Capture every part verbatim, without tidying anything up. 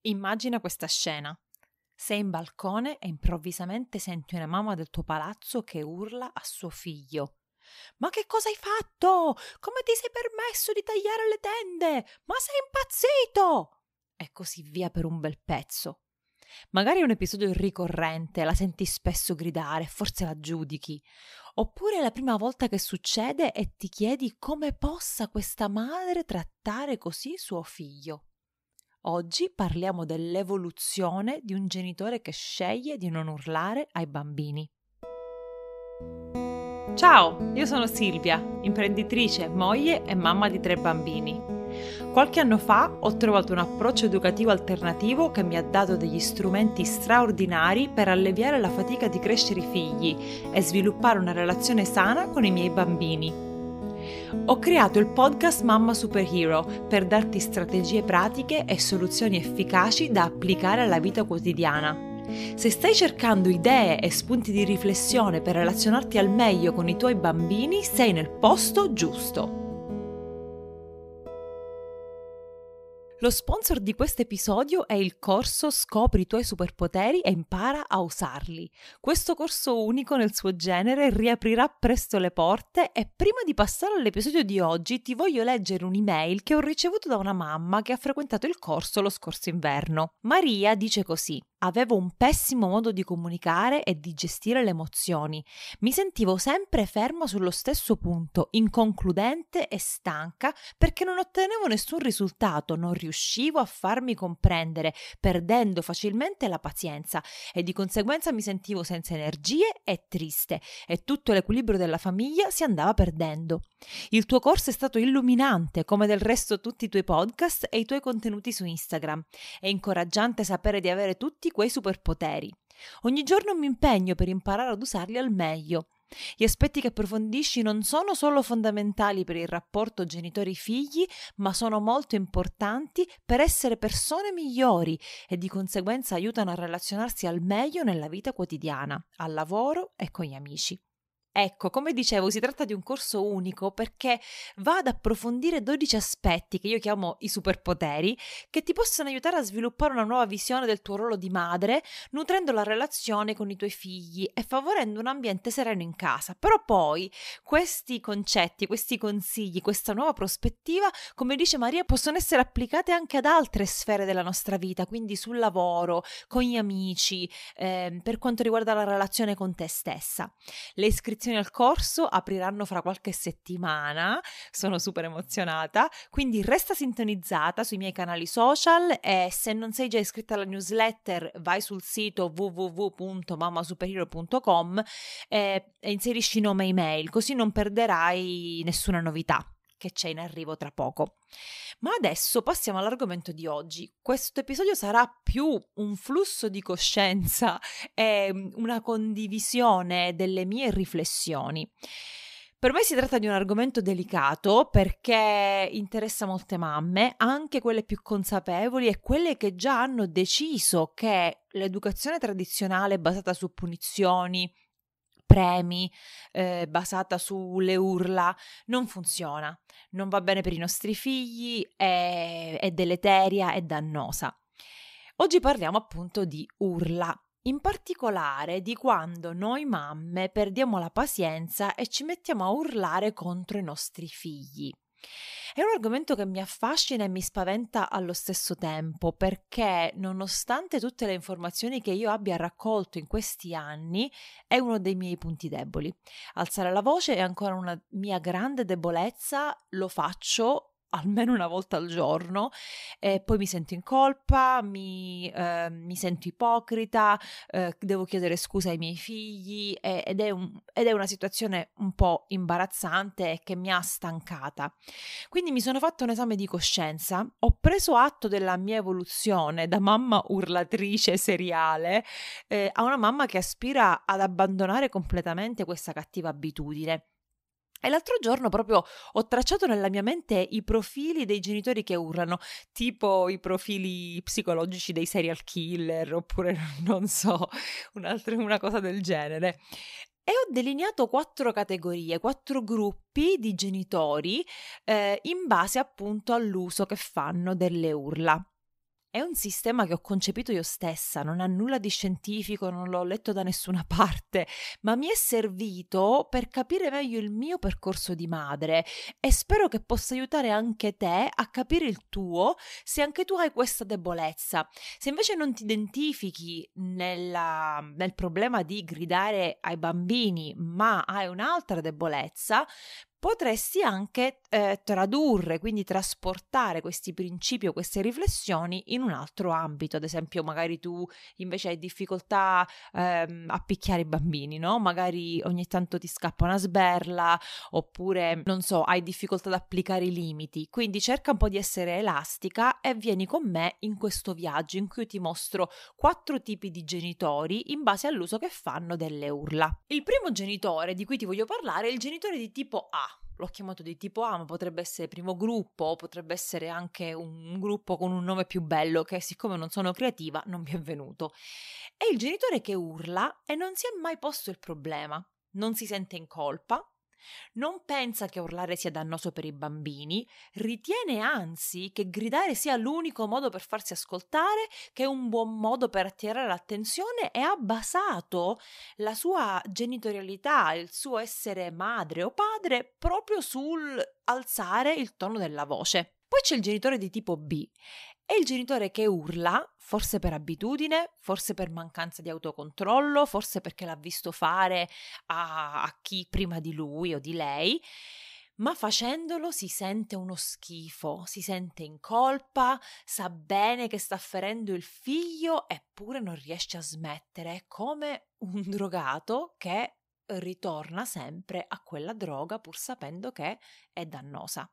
Immagina questa scena. Sei in balcone e improvvisamente senti una mamma del tuo palazzo che urla a suo figlio. Ma che cosa hai fatto? Come ti sei permesso di tagliare le tende? Ma sei impazzito! E così via per un bel pezzo. Magari è un episodio ricorrente, la senti spesso gridare, forse la giudichi. Oppure è la prima volta che succede e ti chiedi come possa questa madre trattare così suo figlio. Oggi parliamo dell'evoluzione di un genitore che sceglie di non urlare ai bambini. Ciao, io sono Silvia, imprenditrice, moglie e mamma di tre bambini. Qualche anno fa ho trovato un approccio educativo alternativo che mi ha dato degli strumenti straordinari per alleviare la fatica di crescere i figli e sviluppare una relazione sana con i miei bambini. Ho creato il podcast Mamma Superhero per darti strategie pratiche e soluzioni efficaci da applicare alla vita quotidiana. Se stai cercando idee e spunti di riflessione per relazionarti al meglio con i tuoi bambini, sei nel posto giusto. Lo sponsor di questo episodio è il corso Scopri i tuoi superpoteri e impara a usarli. Questo corso unico nel suo genere riaprirà presto le porte e prima di passare all'episodio di oggi ti voglio leggere un'email che ho ricevuto da una mamma che ha frequentato il corso lo scorso inverno. Maria dice così: avevo un pessimo modo di comunicare e di gestire le emozioni. Mi sentivo sempre ferma sullo stesso punto, inconcludente e stanca perché non ottenevo nessun risultato, non riuscivo a farmi comprendere, perdendo facilmente la pazienza e di conseguenza mi sentivo senza energie e triste e tutto l'equilibrio della famiglia si andava perdendo. Il tuo corso è stato illuminante, come del resto tutti i tuoi podcast e i tuoi contenuti su Instagram. È incoraggiante sapere di avere tutti quei superpoteri. Ogni giorno mi impegno per imparare ad usarli al meglio. Gli aspetti che approfondisci non sono solo fondamentali per il rapporto genitori-figli, ma sono molto importanti per essere persone migliori e di conseguenza aiutano a relazionarsi al meglio nella vita quotidiana, al lavoro e con gli amici. Ecco, come dicevo, si tratta di un corso unico perché va ad approfondire dodici aspetti che io chiamo i superpoteri, che ti possono aiutare a sviluppare una nuova visione del tuo ruolo di madre, nutrendo la relazione con i tuoi figli e favorendo un ambiente sereno in casa. Però poi questi concetti, questi consigli, questa nuova prospettiva, come dice Maria, possono essere applicate anche ad altre sfere della nostra vita, quindi sul lavoro, con gli amici, eh, per quanto riguarda la relazione con te stessa. Le iscrizioni al corso apriranno fra qualche settimana, sono super emozionata, quindi resta sintonizzata sui miei canali social e se non sei già iscritta alla newsletter vai sul sito w w w punto mamma superhero punto com e, e inserisci nome e email, così non perderai nessuna novità che c'è in arrivo tra poco. Ma adesso passiamo all'argomento di oggi. Questo episodio sarà più un flusso di coscienza e una condivisione delle mie riflessioni. Per me si tratta di un argomento delicato perché interessa molte mamme, anche quelle più consapevoli e quelle che già hanno deciso che l'educazione tradizionale basata su punizioni, premi, eh, basata sulle urla, non funziona, non va bene per i nostri figli, è, è deleteria, è dannosa. Oggi parliamo appunto di urla, in particolare di quando noi mamme perdiamo la pazienza e ci mettiamo a urlare contro i nostri figli. È un argomento che mi affascina e mi spaventa allo stesso tempo perché, nonostante tutte le informazioni che io abbia raccolto in questi anni, è uno dei miei punti deboli. Alzare la voce è ancora una mia grande debolezza, lo faccio almeno una volta al giorno e poi mi sento in colpa, mi, eh, mi sento ipocrita, eh, devo chiedere scusa ai miei figli e, ed, è un, ed è una situazione un po' imbarazzante e che mi ha stancata. Quindi mi sono fatta un esame di coscienza, ho preso atto della mia evoluzione da mamma urlatrice seriale eh, a una mamma che aspira ad abbandonare completamente questa cattiva abitudine. E l'altro giorno proprio ho tracciato nella mia mente i profili dei genitori che urlano, tipo i profili psicologici dei serial killer, oppure non so, un'altra, una cosa del genere. E ho delineato quattro categorie, quattro gruppi di genitori eh, in base appunto all'uso che fanno delle urla. È un sistema che ho concepito io stessa, non ha nulla di scientifico, non l'ho letto da nessuna parte, ma mi è servito per capire meglio il mio percorso di madre e spero che possa aiutare anche te a capire il tuo se anche tu hai questa debolezza. Se invece non ti identifichi nella, nel problema di gridare ai bambini, ma hai un'altra debolezza, potresti anche eh, tradurre, quindi trasportare questi principi o queste riflessioni in un altro ambito. Ad esempio, magari tu invece hai difficoltà ehm, a picchiare i bambini, no? Magari ogni tanto ti scappa una sberla, oppure, non so, hai difficoltà ad applicare i limiti. Quindi cerca un po' di essere elastica e vieni con me in questo viaggio in cui ti mostro quattro tipi di genitori in base all'uso che fanno delle urla. Il primo genitore di cui ti voglio parlare è il genitore di tipo A. L'ho chiamato di tipo A, ma potrebbe essere primo gruppo, potrebbe essere anche un gruppo con un nome più bello che, siccome non sono creativa, non mi è venuto. È il genitore che urla e non si è mai posto il problema, non si sente in colpa, non pensa che urlare sia dannoso per i bambini, ritiene anzi che gridare sia l'unico modo per farsi ascoltare, che è un buon modo per attirare l'attenzione, e ha basato la sua genitorialità, il suo essere madre o padre proprio sul alzare il tono della voce. Poi c'è il genitore di tipo B. È il genitore che urla, forse per abitudine, forse per mancanza di autocontrollo, forse perché l'ha visto fare a, a chi prima di lui o di lei, ma facendolo si sente uno schifo, si sente in colpa, sa bene che sta ferendo il figlio eppure non riesce a smettere. È come un drogato che ritorna sempre a quella droga pur sapendo che è dannosa.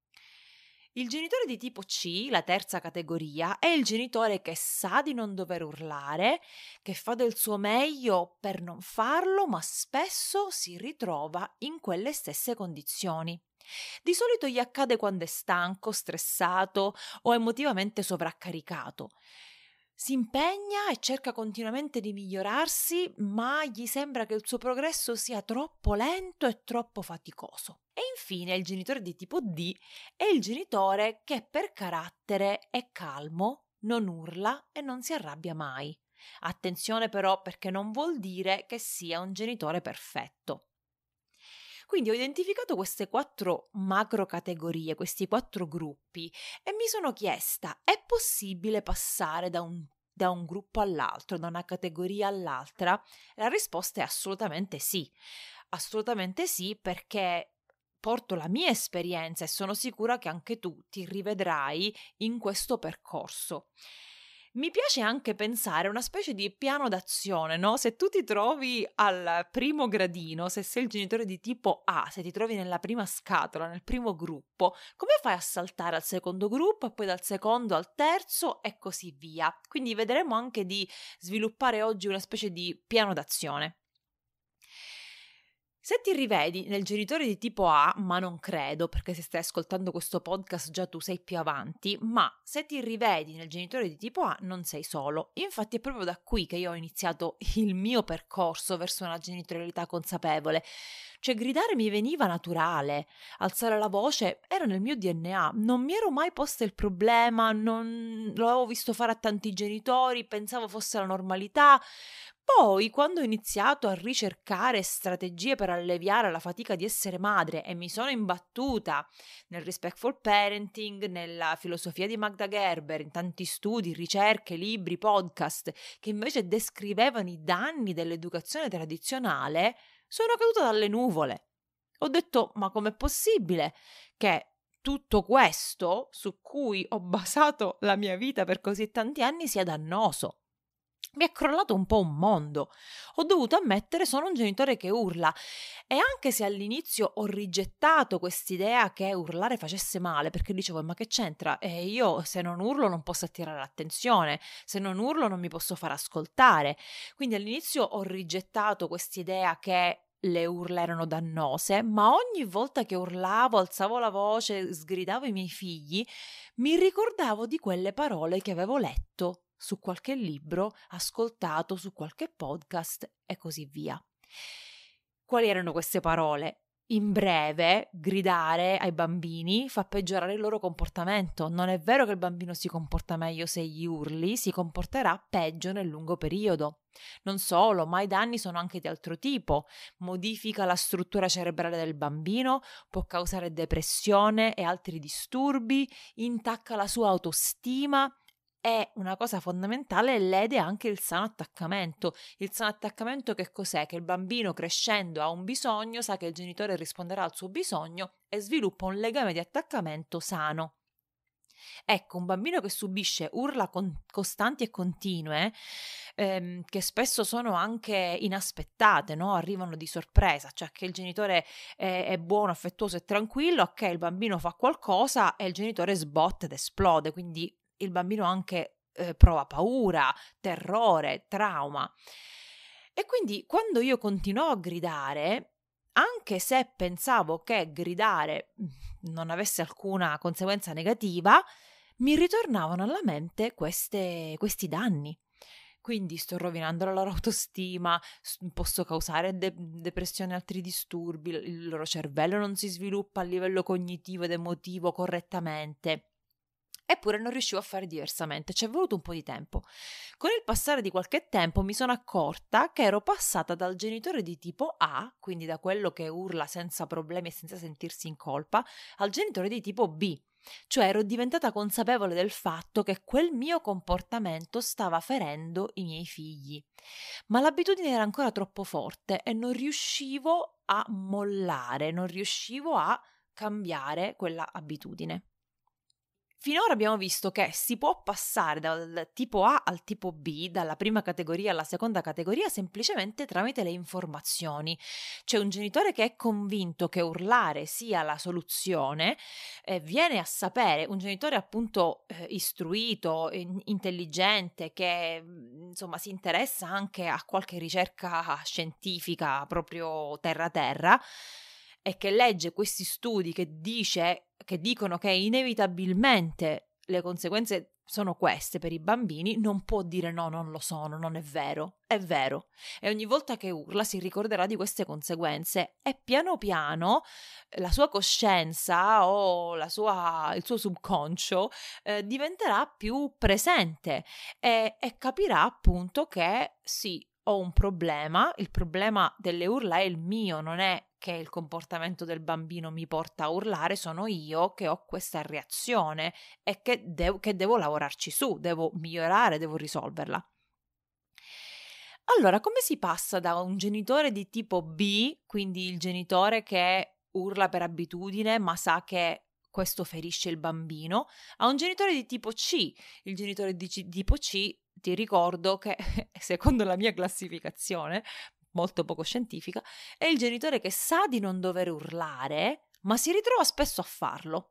Il genitore di tipo C, la terza categoria, è il genitore che sa di non dover urlare, che fa del suo meglio per non farlo, ma spesso si ritrova in quelle stesse condizioni. Di solito gli accade quando è stanco, stressato o emotivamente sovraccaricato. Si impegna e cerca continuamente di migliorarsi, ma gli sembra che il suo progresso sia troppo lento e troppo faticoso. E infine il genitore di tipo D è il genitore che per carattere è calmo, non urla e non si arrabbia mai. Attenzione però, perché non vuol dire che sia un genitore perfetto. Quindi ho identificato queste quattro macro categorie, questi quattro gruppi, e mi sono chiesta: è possibile passare da un, da un gruppo all'altro, da una categoria all'altra? La risposta è assolutamente sì. Assolutamente sì, perché porto la mia esperienza e sono sicura che anche tu ti rivedrai in questo percorso. Mi piace anche pensare a una specie di piano d'azione, no? Se tu ti trovi al primo gradino, se sei il genitore di tipo A, se ti trovi nella prima scatola, nel primo gruppo, come fai a saltare al secondo gruppo e poi dal secondo al terzo e così via? Quindi vedremo anche di sviluppare oggi una specie di piano d'azione. Se ti rivedi nel genitore di tipo A, ma non credo, perché se stai ascoltando questo podcast già tu sei più avanti, ma se ti rivedi nel genitore di tipo A non sei solo. Infatti è proprio da qui che io ho iniziato il mio percorso verso una genitorialità consapevole. Cioè gridare mi veniva naturale, alzare la voce era nel mio D N A, non mi ero mai posta il problema, non lo avevo visto fare a tanti genitori, pensavo fosse la normalità. Poi, quando ho iniziato a ricercare strategie per alleviare la fatica di essere madre e mi sono imbattuta nel respectful parenting, nella filosofia di Magda Gerber, in tanti studi, ricerche, libri, podcast, che invece descrivevano i danni dell'educazione tradizionale, sono caduta dalle nuvole. Ho detto: ma com'è possibile che tutto questo, su cui ho basato la mia vita per così tanti anni, sia dannoso? Mi è crollato un po' un mondo. Ho dovuto ammettere: sono un genitore che urla, e anche se all'inizio ho rigettato quest'idea che urlare facesse male, perché dicevo: ma che c'entra? E io se non urlo non posso attirare l'attenzione, se non urlo non mi posso far ascoltare. Quindi all'inizio ho rigettato quest'idea che le urla erano dannose, ma ogni volta che urlavo, alzavo la voce, sgridavo i miei figli, mi ricordavo di quelle parole che avevo letto su qualche libro, ascoltato su qualche podcast e così via. Quali erano queste parole? In breve, gridare ai bambini fa peggiorare il loro comportamento. Non è vero che il bambino si comporta meglio se gli urli, si comporterà peggio nel lungo periodo. Non solo, ma i danni sono anche di altro tipo. Modifica la struttura cerebrale del bambino, può causare depressione e altri disturbi, intacca la sua autostima. E una cosa fondamentale, lede anche il sano attaccamento. Il sano attaccamento che cos'è? Che il bambino crescendo ha un bisogno, sa che il genitore risponderà al suo bisogno e sviluppa un legame di attaccamento sano. Ecco, un bambino che subisce urla con- costanti e continue, ehm, che spesso sono anche inaspettate, no? Arrivano di sorpresa, cioè che il genitore è, è buono, affettuoso e tranquillo, ok, il bambino fa qualcosa e il genitore sbotta ed esplode, quindi il bambino anche eh, prova paura, terrore, trauma. E quindi quando io continuavo a gridare, anche se pensavo che gridare non avesse alcuna conseguenza negativa, mi ritornavano alla mente queste, questi danni. Quindi sto rovinando la loro autostima, posso causare de- depressione e altri disturbi, il loro cervello non si sviluppa a livello cognitivo ed emotivo correttamente. Eppure non riuscivo a fare diversamente, ci è voluto un po' di tempo. Con il passare di qualche tempo mi sono accorta che ero passata dal genitore di tipo A, quindi da quello che urla senza problemi e senza sentirsi in colpa, al genitore di tipo B. Cioè ero diventata consapevole del fatto che quel mio comportamento stava ferendo i miei figli. Ma l'abitudine era ancora troppo forte e non riuscivo a mollare, non riuscivo a cambiare quella abitudine. Finora abbiamo visto che si può passare dal tipo A al tipo B, dalla prima categoria alla seconda categoria, semplicemente tramite le informazioni. C'è un genitore che è convinto che urlare sia la soluzione, eh, viene a sapere, un genitore appunto eh, istruito, in- intelligente, che insomma si interessa anche a qualche ricerca scientifica proprio terra-terra, e che legge questi studi che dice che dicono che inevitabilmente le conseguenze sono queste per i bambini, non può dire no, non lo sono, non è vero, è vero. E ogni volta che urla si ricorderà di queste conseguenze e piano piano la sua coscienza o la sua, il suo subconscio eh, diventerà più presente e, e capirà appunto che sì, ho un problema, il problema delle urla è il mio, non è che il comportamento del bambino mi porta a urlare, sono io che ho questa reazione e che, dev- che devo lavorarci su, devo migliorare, devo risolverla. Allora, come si passa da un genitore di tipo B, quindi il genitore che urla per abitudine ma sa che questo ferisce il bambino, a un genitore di tipo C? Il genitore di c- tipo C, ti ricordo che secondo la mia classificazione, molto poco scientifica, è il genitore che sa di non dover urlare, ma si ritrova spesso a farlo.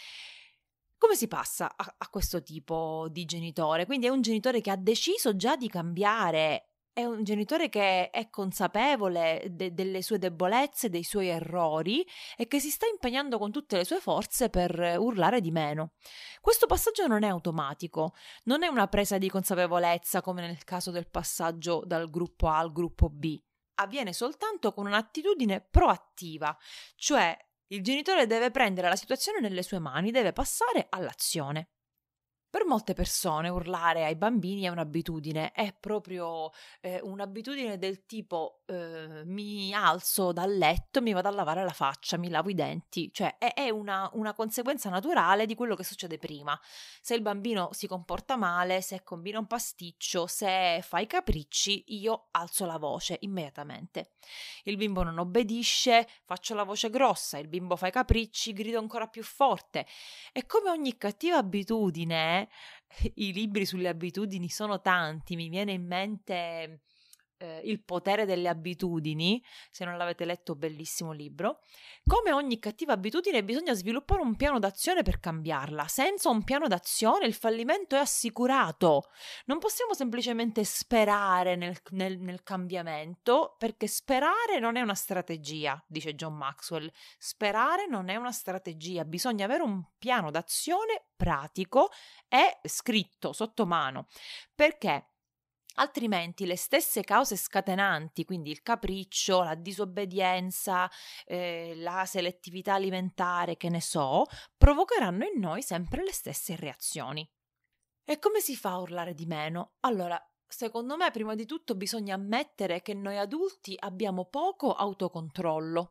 Come si passa a, a questo tipo di genitore? Quindi è un genitore che ha deciso già di cambiare, è un genitore che è consapevole de- delle sue debolezze, dei suoi errori e che si sta impegnando con tutte le sue forze per urlare di meno. Questo passaggio non è automatico, non è una presa di consapevolezza come nel caso del passaggio dal gruppo A al gruppo B. Avviene soltanto con un'attitudine proattiva, cioè il genitore deve prendere la situazione nelle sue mani, deve passare all'azione. Per molte persone urlare ai bambini è un'abitudine, è proprio eh, un'abitudine del tipo eh, mi alzo dal letto, mi vado a lavare la faccia, mi lavo i denti, cioè è, è una, una conseguenza naturale di quello che succede prima. Se il bambino si comporta male, se combina un pasticcio, se fa i capricci, io alzo la voce immediatamente. Il bimbo non obbedisce, faccio la voce grossa, il bimbo fa i capricci, grido ancora più forte. E come ogni cattiva abitudine, i libri sulle abitudini sono tanti, mi viene in mente eh, Il potere delle abitudini, se non l'avete letto, bellissimo libro. Come ogni cattiva abitudine bisogna sviluppare un piano d'azione per cambiarla. Senza un piano d'azione il fallimento è assicurato. Non possiamo semplicemente sperare nel, nel, nel cambiamento, perché sperare non è una strategia, dice John Maxwell. Sperare non è una strategia, bisogna avere un piano d'azione pratico e scritto sotto mano. Perché? Altrimenti le stesse cause scatenanti, quindi il capriccio, la disobbedienza, eh, la selettività alimentare, che ne so, provocheranno in noi sempre le stesse reazioni. E come si fa a urlare di meno? Allora, secondo me, prima di tutto bisogna ammettere che noi adulti abbiamo poco autocontrollo.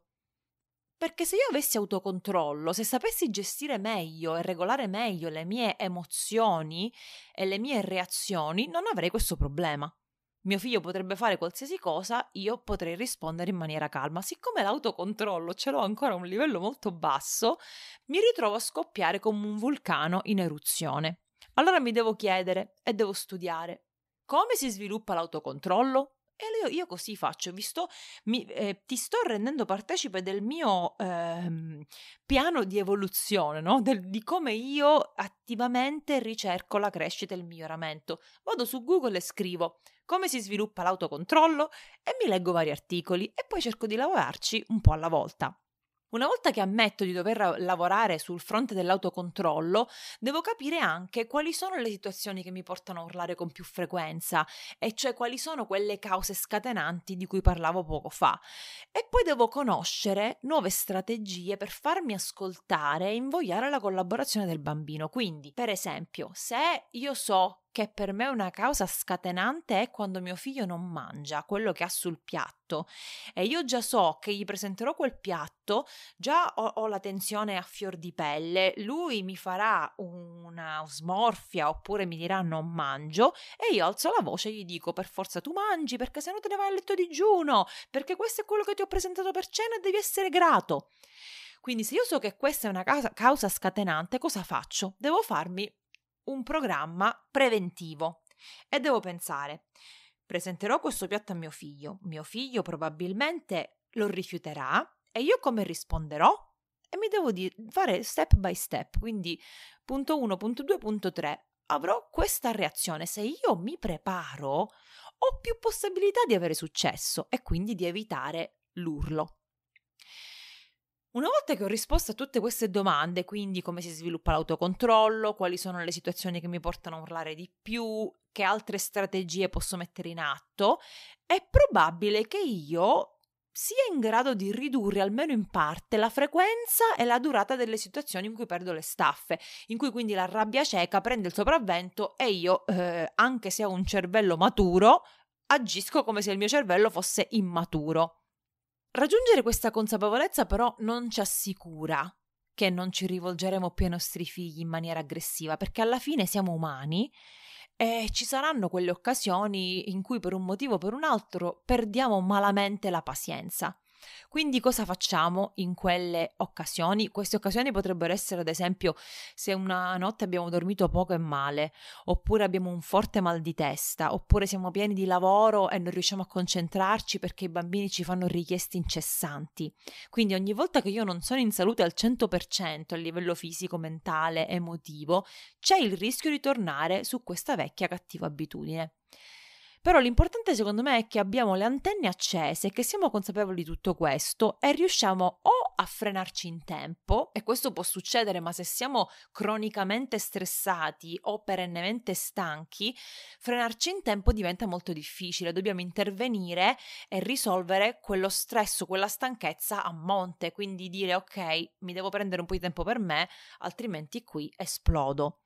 Perché se io avessi autocontrollo, se sapessi gestire meglio e regolare meglio le mie emozioni e le mie reazioni, non avrei questo problema. Mio figlio potrebbe fare qualsiasi cosa, io potrei rispondere in maniera calma. Siccome l'autocontrollo ce l'ho ancora a un livello molto basso, mi ritrovo a scoppiare come un vulcano in eruzione. Allora mi devo chiedere e devo studiare: come si sviluppa l'autocontrollo? E io, io così faccio, vi sto, mi, eh, ti sto rendendo partecipe del mio ehm, piano di evoluzione, no? Del, di come io attivamente ricerco la crescita e il miglioramento. Vado su Google e scrivo come si sviluppa l'autocontrollo e mi leggo vari articoli e poi cerco di lavorarci un po' alla volta. Una volta che ammetto di dover lavorare sul fronte dell'autocontrollo, devo capire anche quali sono le situazioni che mi portano a urlare con più frequenza, e cioè quali sono quelle cause scatenanti di cui parlavo poco fa. E poi devo conoscere nuove strategie per farmi ascoltare e invogliare la collaborazione del bambino. Quindi, per esempio, se io so che per me una causa scatenante è quando mio figlio non mangia quello che ha sul piatto e io già so che gli presenterò quel piatto, già ho, ho la tensione a fior di pelle, lui mi farà una smorfia oppure mi dirà non mangio e io alzo la voce e gli dico: per forza tu mangi, perché se no te ne vai a letto digiuno, perché questo è quello che ti ho presentato per cena e devi essere grato. Quindi se io so che questa è una causa, causa scatenante, cosa faccio? Devo farmi un programma preventivo e devo pensare: presenterò questo piatto a mio figlio, mio figlio probabilmente lo rifiuterà e io come risponderò? E mi devo di- fare step by step, quindi punto uno, punto due, punto tre, avrò questa reazione. Se io mi preparo, ho più possibilità di avere successo e quindi di evitare l'urlo. Una volta che ho risposto a tutte queste domande, quindi come si sviluppa l'autocontrollo, quali sono le situazioni che mi portano a urlare di più, che altre strategie posso mettere in atto, è probabile che io sia in grado di ridurre almeno in parte la frequenza e la durata delle situazioni in cui perdo le staffe, in cui quindi la rabbia cieca prende il sopravvento e io, eh, anche se ho un cervello maturo, agisco come se il mio cervello fosse immaturo. Raggiungere questa consapevolezza però non ci assicura che non ci rivolgeremo più ai nostri figli in maniera aggressiva, perché alla fine siamo umani e ci saranno quelle occasioni in cui per un motivo o per un altro perdiamo malamente la pazienza. Quindi cosa facciamo in quelle occasioni? Queste occasioni potrebbero essere, ad esempio, se una notte abbiamo dormito poco e male, oppure abbiamo un forte mal di testa, oppure siamo pieni di lavoro e non riusciamo a concentrarci perché i bambini ci fanno richieste incessanti. Quindi ogni volta che io non sono in salute al cento per cento a livello fisico, mentale, emotivo, c'è il rischio di tornare su questa vecchia cattiva abitudine. Però l'importante secondo me è che abbiamo le antenne accese, che siamo consapevoli di tutto questo e riusciamo o a frenarci in tempo, e questo può succedere, ma se siamo cronicamente stressati o perennemente stanchi, frenarci in tempo diventa molto difficile, dobbiamo intervenire e risolvere quello stress, quella stanchezza a monte, quindi dire ok, mi devo prendere un po' di tempo per me, altrimenti qui esplodo.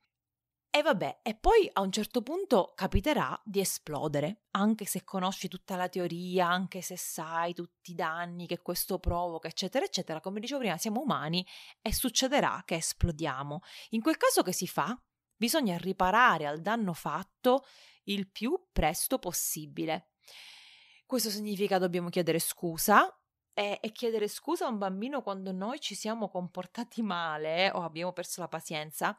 E vabbè, e poi a un certo punto capiterà di esplodere, anche se conosci tutta la teoria, anche se sai tutti i danni che questo provoca, eccetera, eccetera. Come dicevo prima, siamo umani e succederà che esplodiamo. In quel caso che si fa? Bisogna riparare al danno fatto il più presto possibile. Questo significa dobbiamo chiedere scusa, e, e chiedere scusa a un bambino quando noi ci siamo comportati male o abbiamo perso la pazienza.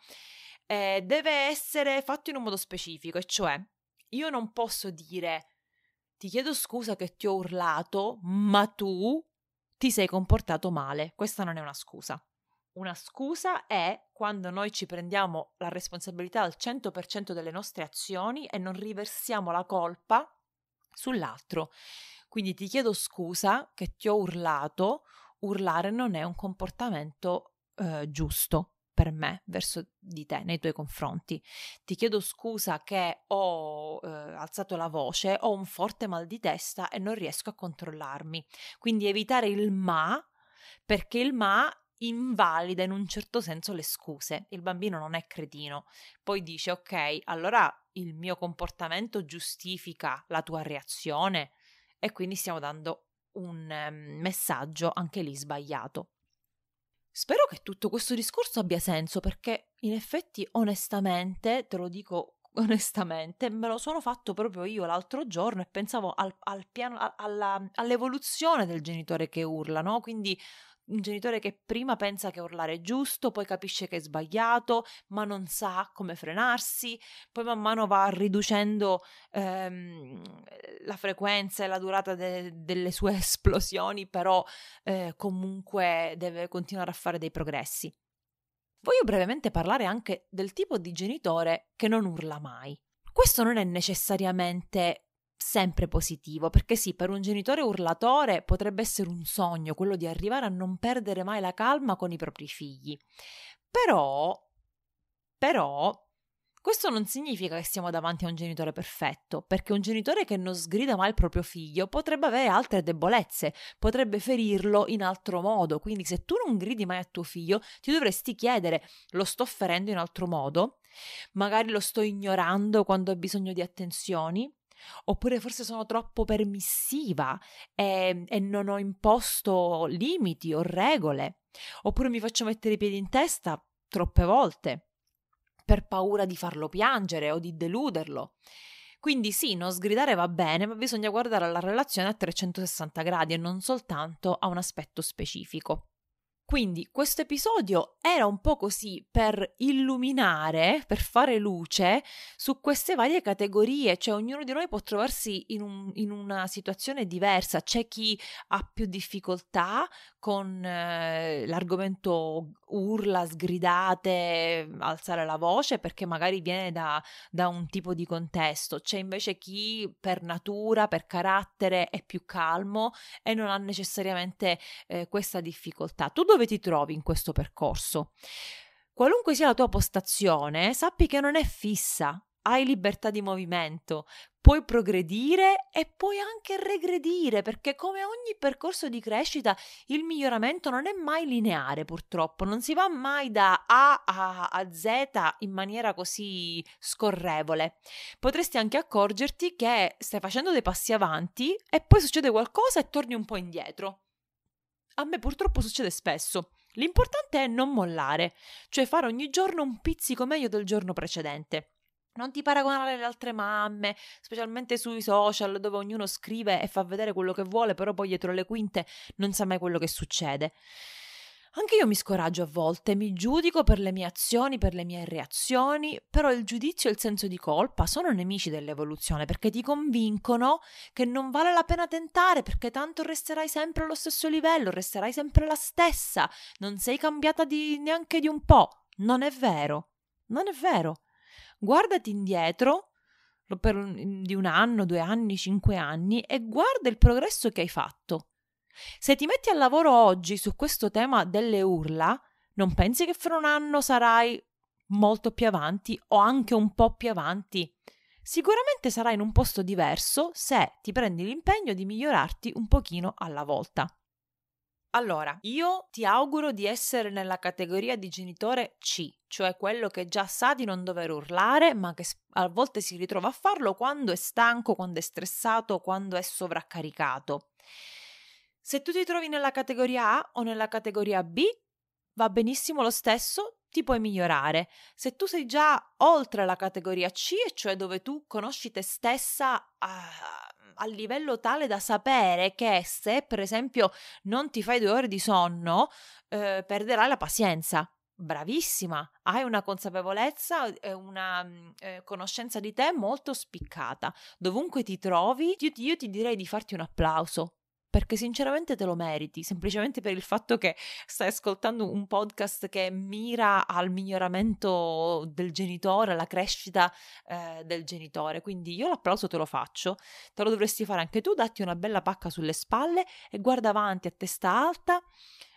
Eh, deve essere fatto in un modo specifico, e cioè io non posso dire ti chiedo scusa che ti ho urlato, ma tu ti sei comportato male. Questa non è una scusa. Una scusa è quando noi ci prendiamo la responsabilità al cento per cento delle nostre azioni e non riversiamo la colpa sull'altro. Quindi ti chiedo scusa che ti ho urlato. Urlare non è un comportamento eh, giusto. per me verso di te, nei tuoi confronti. Ti chiedo scusa che ho eh, alzato la voce, ho un forte mal di testa e non riesco a controllarmi. Quindi evitare il ma, perché il ma invalida in un certo senso le scuse. Il bambino non è cretino. Poi dice: ok, allora il mio comportamento giustifica la tua reazione, e quindi stiamo dando un um, messaggio anche lì sbagliato. Spero che tutto questo discorso abbia senso, perché in effetti, onestamente, te lo dico onestamente, me lo sono fatto proprio io l'altro giorno e pensavo al, al piano, a- alla, all'evoluzione del genitore che urla, no? Quindi un genitore che prima pensa che urlare è giusto, poi capisce che è sbagliato, ma non sa come frenarsi, poi man mano va riducendo ehm, la frequenza e la durata de- delle sue esplosioni, però eh, comunque deve continuare a fare dei progressi. Voglio brevemente parlare anche del tipo di genitore che non urla mai. Questo non è necessariamente sempre positivo, perché sì, per un genitore urlatore potrebbe essere un sogno quello di arrivare a non perdere mai la calma con i propri figli. Però, però, questo non significa che siamo davanti a un genitore perfetto, perché un genitore che non sgrida mai il proprio figlio potrebbe avere altre debolezze, potrebbe ferirlo in altro modo. Quindi se tu non gridi mai a tuo figlio, ti dovresti chiedere: lo sto ferendo in altro modo? Magari lo sto ignorando quando ho bisogno di attenzioni? Oppure forse sono troppo permissiva e, e non ho imposto limiti o regole? Oppure mi faccio mettere i piedi in testa troppe volte per paura di farlo piangere o di deluderlo. Quindi sì, non sgridare va bene, ma bisogna guardare alla relazione a trecentosessanta gradi e non soltanto a un aspetto specifico. Quindi questo episodio era un po' così per illuminare, per fare luce su queste varie categorie, cioè ognuno di noi può trovarsi in, un, in una situazione diversa. C'è chi ha più difficoltà con eh, l'argomento urla, sgridate, alzare la voce, perché magari viene da, da un tipo di contesto. C'è invece chi per natura, per carattere è più calmo e non ha necessariamente eh, questa difficoltà. Tu dove ti trovi in questo percorso? Qualunque sia la tua postazione, sappi che non è fissa, hai libertà di movimento, puoi progredire e puoi anche regredire, perché come ogni percorso di crescita il miglioramento non è mai lineare, purtroppo, non si va mai da A a, a Z in maniera così scorrevole. Potresti anche accorgerti che stai facendo dei passi avanti e poi succede qualcosa e torni un po' indietro. A me purtroppo succede spesso. L'importante è non mollare, cioè fare ogni giorno un pizzico meglio del giorno precedente. Non ti paragonare alle altre mamme, specialmente sui social dove ognuno scrive e fa vedere quello che vuole, però poi dietro le quinte non sa mai quello che succede. Anche io mi scoraggio a volte, mi giudico per le mie azioni, per le mie reazioni, però il giudizio e il senso di colpa sono nemici dell'evoluzione, perché ti convincono che non vale la pena tentare, perché tanto resterai sempre allo stesso livello, resterai sempre la stessa, non sei cambiata di, neanche di un po'. Non è vero, non è vero. Guardati indietro per un, di un anno, due anni, cinque anni e guarda il progresso che hai fatto. Se ti metti al lavoro oggi su questo tema delle urla, non pensi che fra un anno sarai molto più avanti o anche un po' più avanti? Sicuramente sarai in un posto diverso se ti prendi l'impegno di migliorarti un pochino alla volta. Allora, io ti auguro di essere nella categoria di genitore C, cioè quello che già sa di non dover urlare, ma che a volte si ritrova a farlo quando è stanco, quando è stressato, quando è sovraccaricato. Se tu ti trovi nella categoria A o nella categoria B, va benissimo lo stesso, ti puoi migliorare. Se tu sei già oltre la categoria C, cioè dove tu conosci te stessa a, a livello tale da sapere che se per esempio non ti fai due ore di sonno, eh, perderai la pazienza. Bravissima, hai una consapevolezza e una eh, conoscenza di te molto spiccata. Dovunque ti trovi, io ti, io ti direi di farti un applauso, perché sinceramente te lo meriti, semplicemente per il fatto che stai ascoltando un podcast che mira al miglioramento del genitore, alla crescita eh, del genitore. Quindi io l'applauso te lo faccio, te lo dovresti fare anche tu, datti una bella pacca sulle spalle e guarda avanti a testa alta.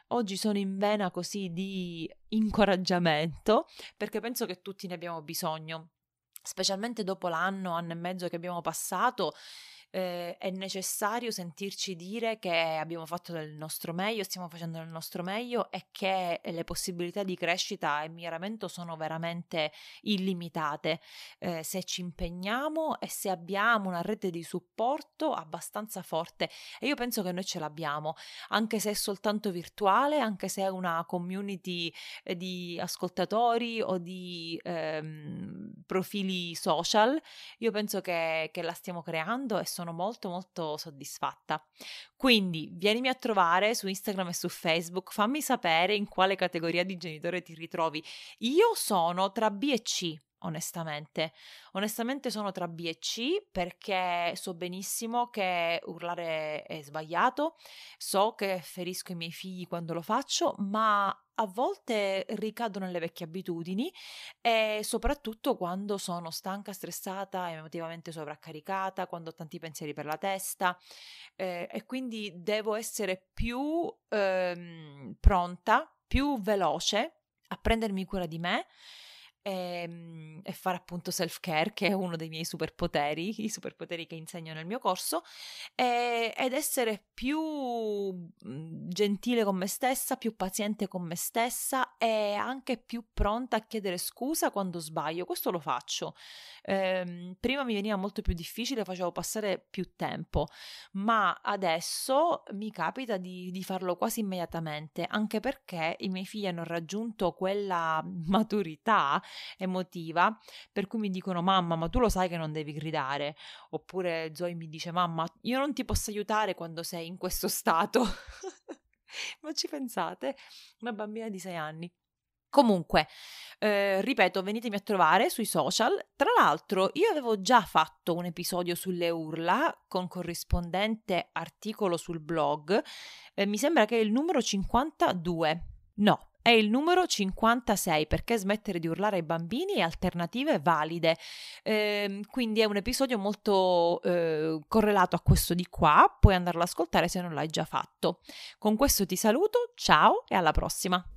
Oggi sono in vena così di incoraggiamento, perché penso che tutti ne abbiamo bisogno, specialmente dopo l'anno, anno e mezzo che abbiamo passato. Eh, è necessario sentirci dire che abbiamo fatto del nostro meglio, stiamo facendo del nostro meglio e che le possibilità di crescita e miglioramento sono veramente illimitate, eh, se ci impegniamo e se abbiamo una rete di supporto abbastanza forte, e io penso che noi ce l'abbiamo, anche se è soltanto virtuale, anche se è una community eh, di ascoltatori o di ehm, profili social. Io penso che, che la stiamo creando e sono molto molto soddisfatta. Quindi vienimi a trovare su Instagram e su Facebook, fammi sapere in quale categoria di genitore ti ritrovi. Io sono tra B e C, onestamente. Onestamente sono tra B e C, perché so benissimo che urlare è sbagliato, so che ferisco i miei figli quando lo faccio, ma a volte ricado nelle vecchie abitudini, e soprattutto quando sono stanca, stressata, emotivamente sovraccaricata, quando ho tanti pensieri per la testa, eh, e quindi devo essere più ehm, pronta, più veloce a prendermi cura di me e, e fare appunto self-care, che è uno dei miei superpoteri, i superpoteri che insegno nel mio corso, e, ed essere più mh, gentile con me stessa, più paziente con me stessa e anche più pronta a chiedere scusa quando sbaglio. Questo lo faccio. Ehm, prima mi veniva molto più difficile, facevo passare più tempo, ma adesso mi capita di, di farlo quasi immediatamente, anche perché i miei figli hanno raggiunto quella maturità emotiva per cui mi dicono: mamma, ma tu lo sai che non devi gridare? Oppure Zoe mi dice: mamma, io non ti posso aiutare quando sei in questo stato. Ma ci pensate? Una bambina di sei anni. Comunque, eh, ripeto, venitemi a trovare sui social. Tra l'altro, io avevo già fatto un episodio sulle urla con corrispondente articolo sul blog. Eh, mi sembra che è il numero cinquantadue. No, è il numero cinquantasei, perché smettere di urlare ai bambini e alternative valide. Eh, quindi è un episodio molto eh, correlato a questo di qua, puoi andarlo ad ascoltare se non l'hai già fatto. Con questo ti saluto, ciao e alla prossima!